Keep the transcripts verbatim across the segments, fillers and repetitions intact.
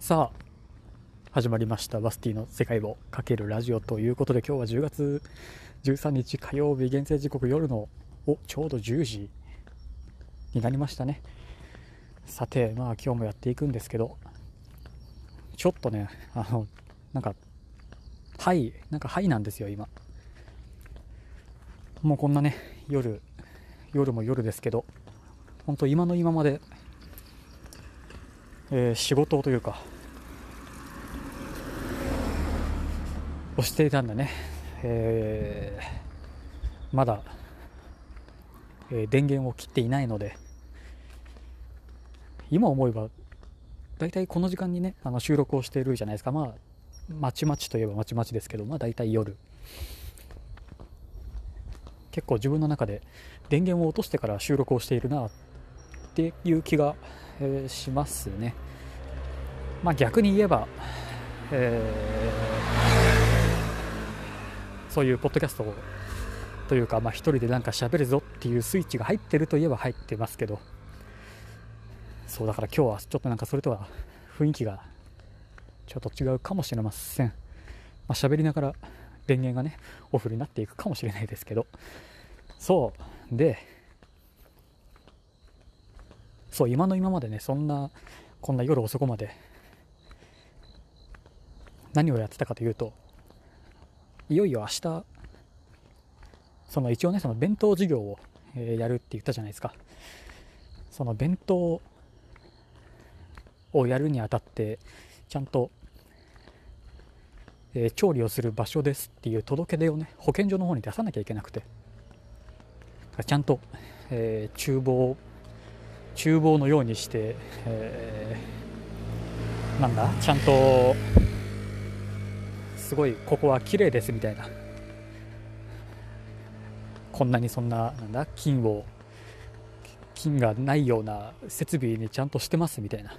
さあ始まりました。バスティの世界をかけるラジオということで、今日はじゅうがつじゅうさんにち火曜日、現在時刻夜のおちょうどじゅうじになりましたね。さて、まあ今日もやっていくんですけど、ちょっとねあのなんかはいなんかはいなんですよ今。もうこんなね夜夜も夜ですけど、本当今の今まで、えー仕事というかをしていたんだね。えーまだ、えー電源を切っていないので、今思えばだいたいこの時間にねあの収録をしているじゃないですか。まあまちまちといえばまちまちですけど、まあだいたい夜、結構自分の中で電源を落としてから収録をしているなっていう気が、えーしますね。まあ逆に言えば、えーそういうポッドキャストというか、まあ一人でなんか喋るぞっていうスイッチが入ってるといえば入ってますけど、そうだから今日はちょっとなんかそれとは雰囲気がちょっと違うかもしれません。まあ喋りながら電源がねオフになっていくかもしれないですけど、そうでそう今の今までね、そんなこんな夜遅くまで何をやってたかというと、いよいよ明日、その一応ねその弁当授業を、えーやるって言ったじゃないですか。その弁当をやるにあたってちゃんと、えー調理をする場所ですっていう届け出をね保健所の方に出さなきゃいけなくて、ちゃんと、えー厨房厨房のようにして、えーなんだちゃんとすごいここは綺麗ですみたいな、こんなにそんななんだ菌を菌がないような設備にちゃんとしてますみたいな、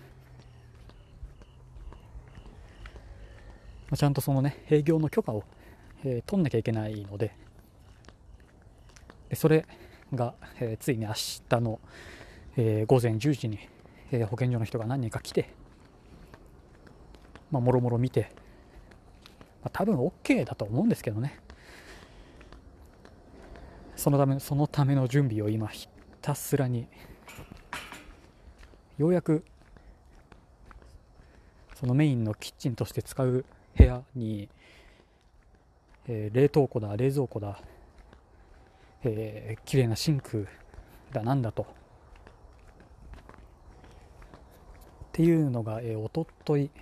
ちゃんとそのね営業の許可を、えー取んなきゃいけないので、でそれが、えーついに明日の、えー午前じゅうじに、えー保健所の人が何人か来て、まあ、もろもろ見て、まあ、多分 OK だと思うんですけどね。そのためそのための準備を今ひたすらに、ようやくそのメインのキッチンとして使う部屋に、えー冷凍庫だ冷蔵庫だ、えー、綺麗なシンクだなんだとっていうのが、えー、おととい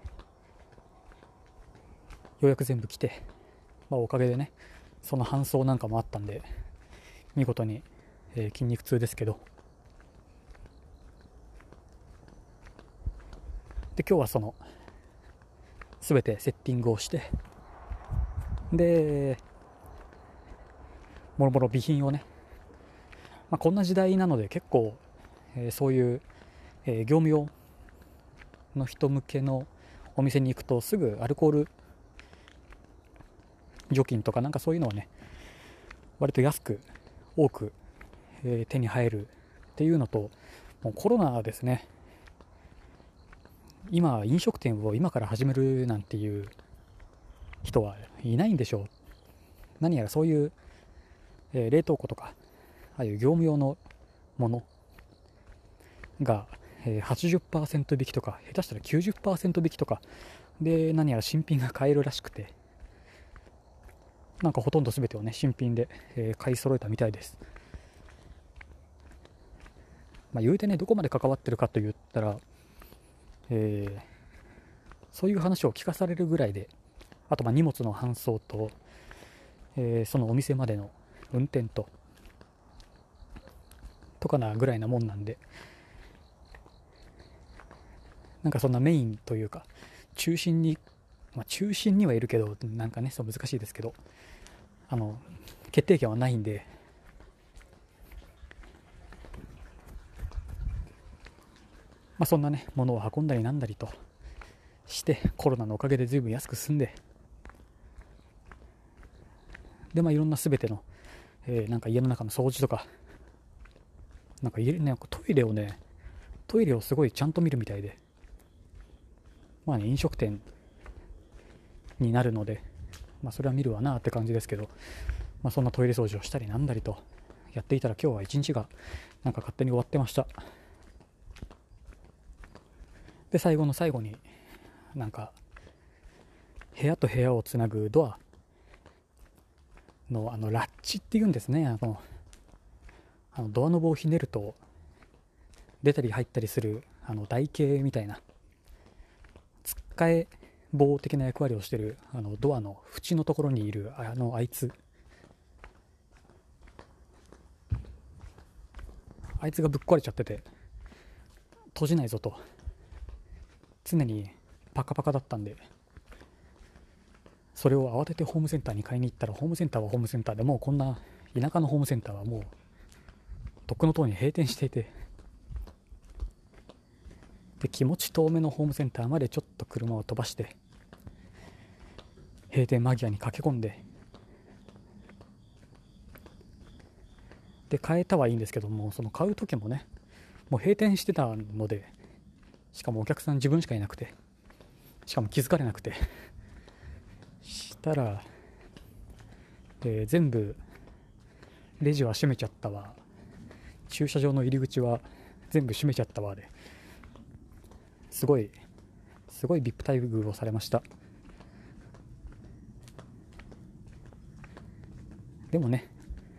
ようやく全部来て、まあ、おかげでねその搬送なんかもあったんで見事に、えー筋肉痛ですけど、で今日はその全てセッティングをして、でもろもろ備品をね、まあ、こんな時代なので結構、えーそういう、えー業務用の人向けのお店に行くとすぐアルコール除菌とかなんかそういうのをね割と安く多く、えー手に入るっていうのと、もうコロナですね、今飲食店を今から始めるなんていう人はいないんでしょう。何やらそういう、えー冷凍庫とかああいう業務用のものが、えーはちじゅっパーセント引きとか下手したらきゅうじゅっパーセント引きとかで何やら新品が買えるらしくて、なんかほとんど全てをね新品で、えー買い揃えたみたいです。まあ、言うてねどこまで関わってるかと言ったら、えーそういう話を聞かされるぐらいで、あとまあ荷物の搬送と、えーそのお店までの運転ととかなぐらいなもんなんで、なんかそんなメインというか中心に、まあ、中心にはいるけどなんかねそう難しいですけど、あの決定権はないんで、まあ、そんなねものを運んだりなんだりとしてコロナのおかげで随分安く済んで、でまあいろんな全ての、えーなんか家の中の掃除とか、なんか家なんかトイレをねトイレをすごいちゃんと見るみたいで、 まあね飲食店になるので、まあそれは見るわなって感じですけど、まあそんなトイレ掃除をしたりなんだりとやっていたら、今日は一日がなんか勝手に終わってました。で最後の最後になんか部屋と部屋をつなぐドアのあのラッチっていうんですね。あのあのドアノブをひねると出たり入ったりするあの台形みたいなつっかえ棒的な役割をしているあのドアの縁のところにいるあのあいつあいつがぶっ壊れちゃってて閉じないぞと常にパカパカだったんで、それを慌ててホームセンターに買いに行ったら、ホームセンターはホームセンターでもうこんな田舎のホームセンターはもうとっくのとおりに閉店していて、で気持ち遠めのホームセンターまでちょっと車を飛ばして閉店間際に駆け込んで、で買えたはいいんですけども、その買う時もねもう閉店してたので、しかもお客さん自分しかいなくて、しかも気づかれなくてしたら、えー、全部レジは閉めちゃったわ、駐車場の入り口は全部閉めちゃったわですごいすごい ブイアイピー 待遇をされました。でもね、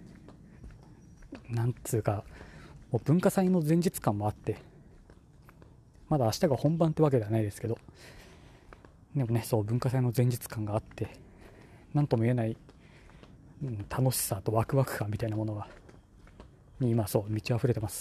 なんつうかもう文化祭の前日感もあって、まだ明日が本番ってわけではないですけど、でもねそう文化祭の前日感があって、なんとも言えない、うん、楽しさとワクワク感みたいなものがに今そう満ち溢れてます。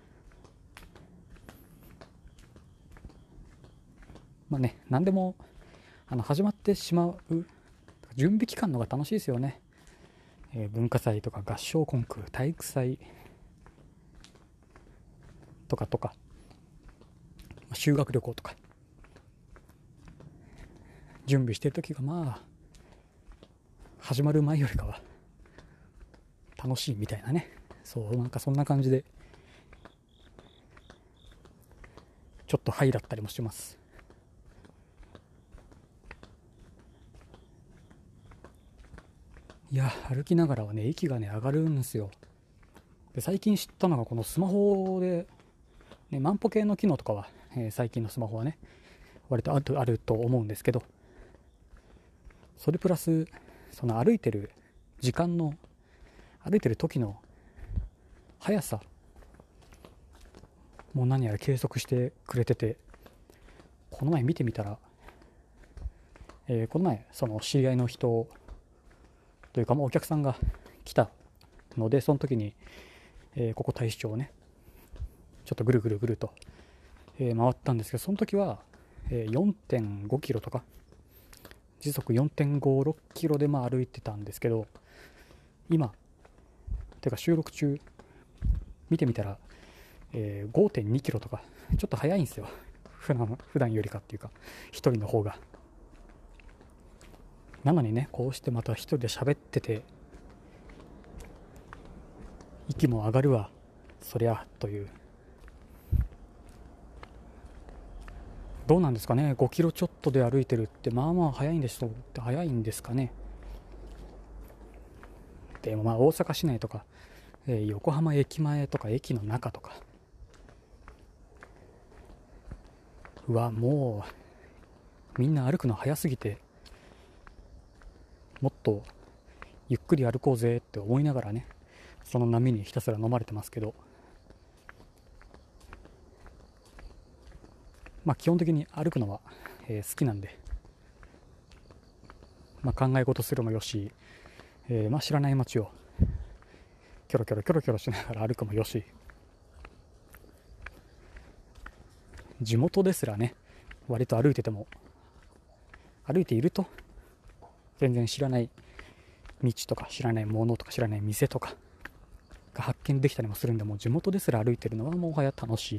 まあね、何でもあの始まってしまう準備期間のが楽しいですよね。えー、文化祭とか合唱コンクール、体育祭とかとか修学旅行とか準備してる時がまあ始まる前よりかは楽しいみたいなね、そうなんかそんな感じでちょっとハイだったりもします。いや歩きながらはね息がね上がるんですよ。で最近知ったのがこのスマホで、ね、万歩計の機能とかは、えー、最近のスマホはね割とある、あると思うんですけど、それプラスその歩いてる時間の歩いてる時の速さもう何やら計測してくれてて、この前見てみたら、えー、この前その知り合いの人というかもうお客さんが来たので、その時に、えー、ここ太子町をねちょっとぐるぐるぐると、えー、回ったんですけど、その時は、えー、よんてんごキロとか時速 よんてんごろくキロでまあ歩いてたんですけど、今てか収録中見てみたら、えー、ごてんにキロとかちょっと速いんですよ、普段普段よりかっていうか一人の方が。なのにねこうしてまた一人で喋ってて息も上がるわそりゃという。どうなんですかね、ごキロちょっとで歩いてるってまあまあ速いんでしょうって速いんですかね。でもまあ大阪市内とか、えー、横浜駅前とか駅の中とか、うわもうみんな歩くの速すぎてもっとゆっくり歩こうぜって思いながらねその波にひたすら飲まれてますけど、まあ基本的に歩くのは、えー、好きなんで、まあ、考え事するもよし、えーまあ、知らない街をキョロキョロキョロキョロしながら歩くもよし、地元ですらね割と歩いてても歩いていると全然知らない道とか知らないものとか知らない店とかが発見できたりもするんで、もう地元ですら歩いてるのはもはや楽しい。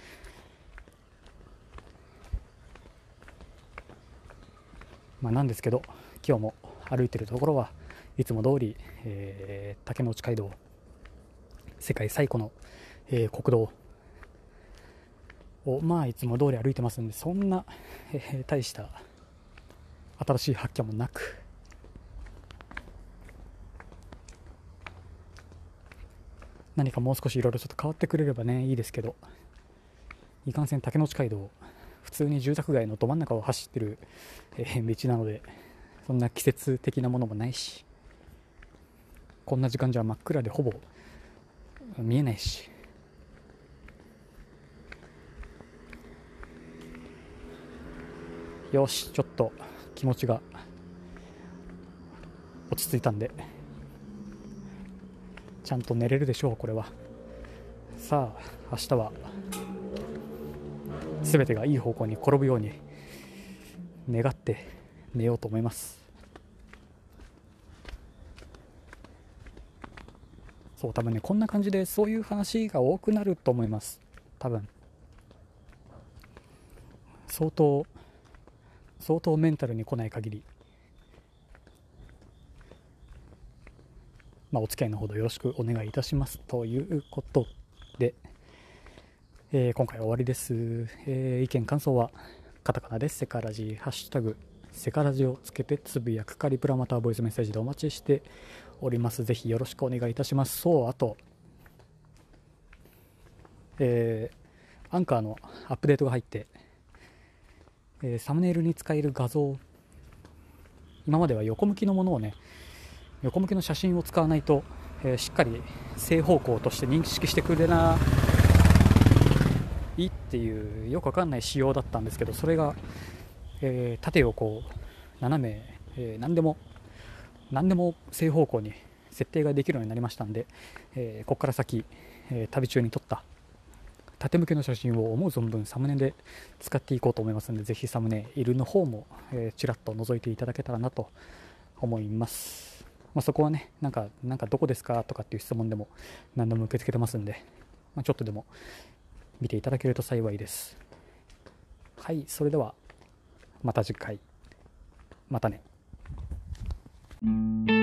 まあなんですけど今日も歩いてるところはいつも通り、えー、竹之内街道世界最古の、えー、国道をまあいつも通り歩いてますんで、そんな、えー、大した新しい発見もなく、何かもう少しいろいろちょっと変わってくれればねいいですけど、いかんせん竹野内街道普通に住宅街のど真ん中を走ってる、えー、道なので、そんな季節的なものもないし、こんな時間じゃ真っ暗でほぼ見えないし、よし、ちょっと気持ちが落ち着いたんでちゃんと寝れるでしょう。これはさあ、明日は全てがいい方向に転ぶように願って寝ようと思います。そう、多分ね、こんな感じでそういう話が多くなると思います。多分相当相当メンタルに来ない限り、まあ、お付き合いのほどよろしくお願いいたしますということで、えー、今回は終わりです。えー、意見感想はカタカナでセカラジ、ハッシュタグセカラジをつけてつぶやくかリプラまたはボイスメッセージでお待ちしております。ぜひよろしくお願いいたします。そう、あと、えー、アンカーのアップデートが入って、えー、サムネイルに使える画像、今までは横向きのものをね、横向きの写真を使わないと、えー、しっかり正方向として認識してくれないっていうよくわかんない仕様だったんですけど、それが、えー、縦をこう斜め、えー、何でも何でも正方向に設定ができるようになりましたんで、えー、ここから先、えー、旅中に撮った縦向けの写真を思う存分サムネで使っていこうと思いますので、ぜひサムネイルの方も、えー、ちらっと覗いていただけたらなと思います。まあ、そこはね、なんか、なんかどこですかとかっていう質問でも何でも受け付けてますんで、まあ、ちょっとでも見ていただけると幸いです。はい、それではまた次回、またね。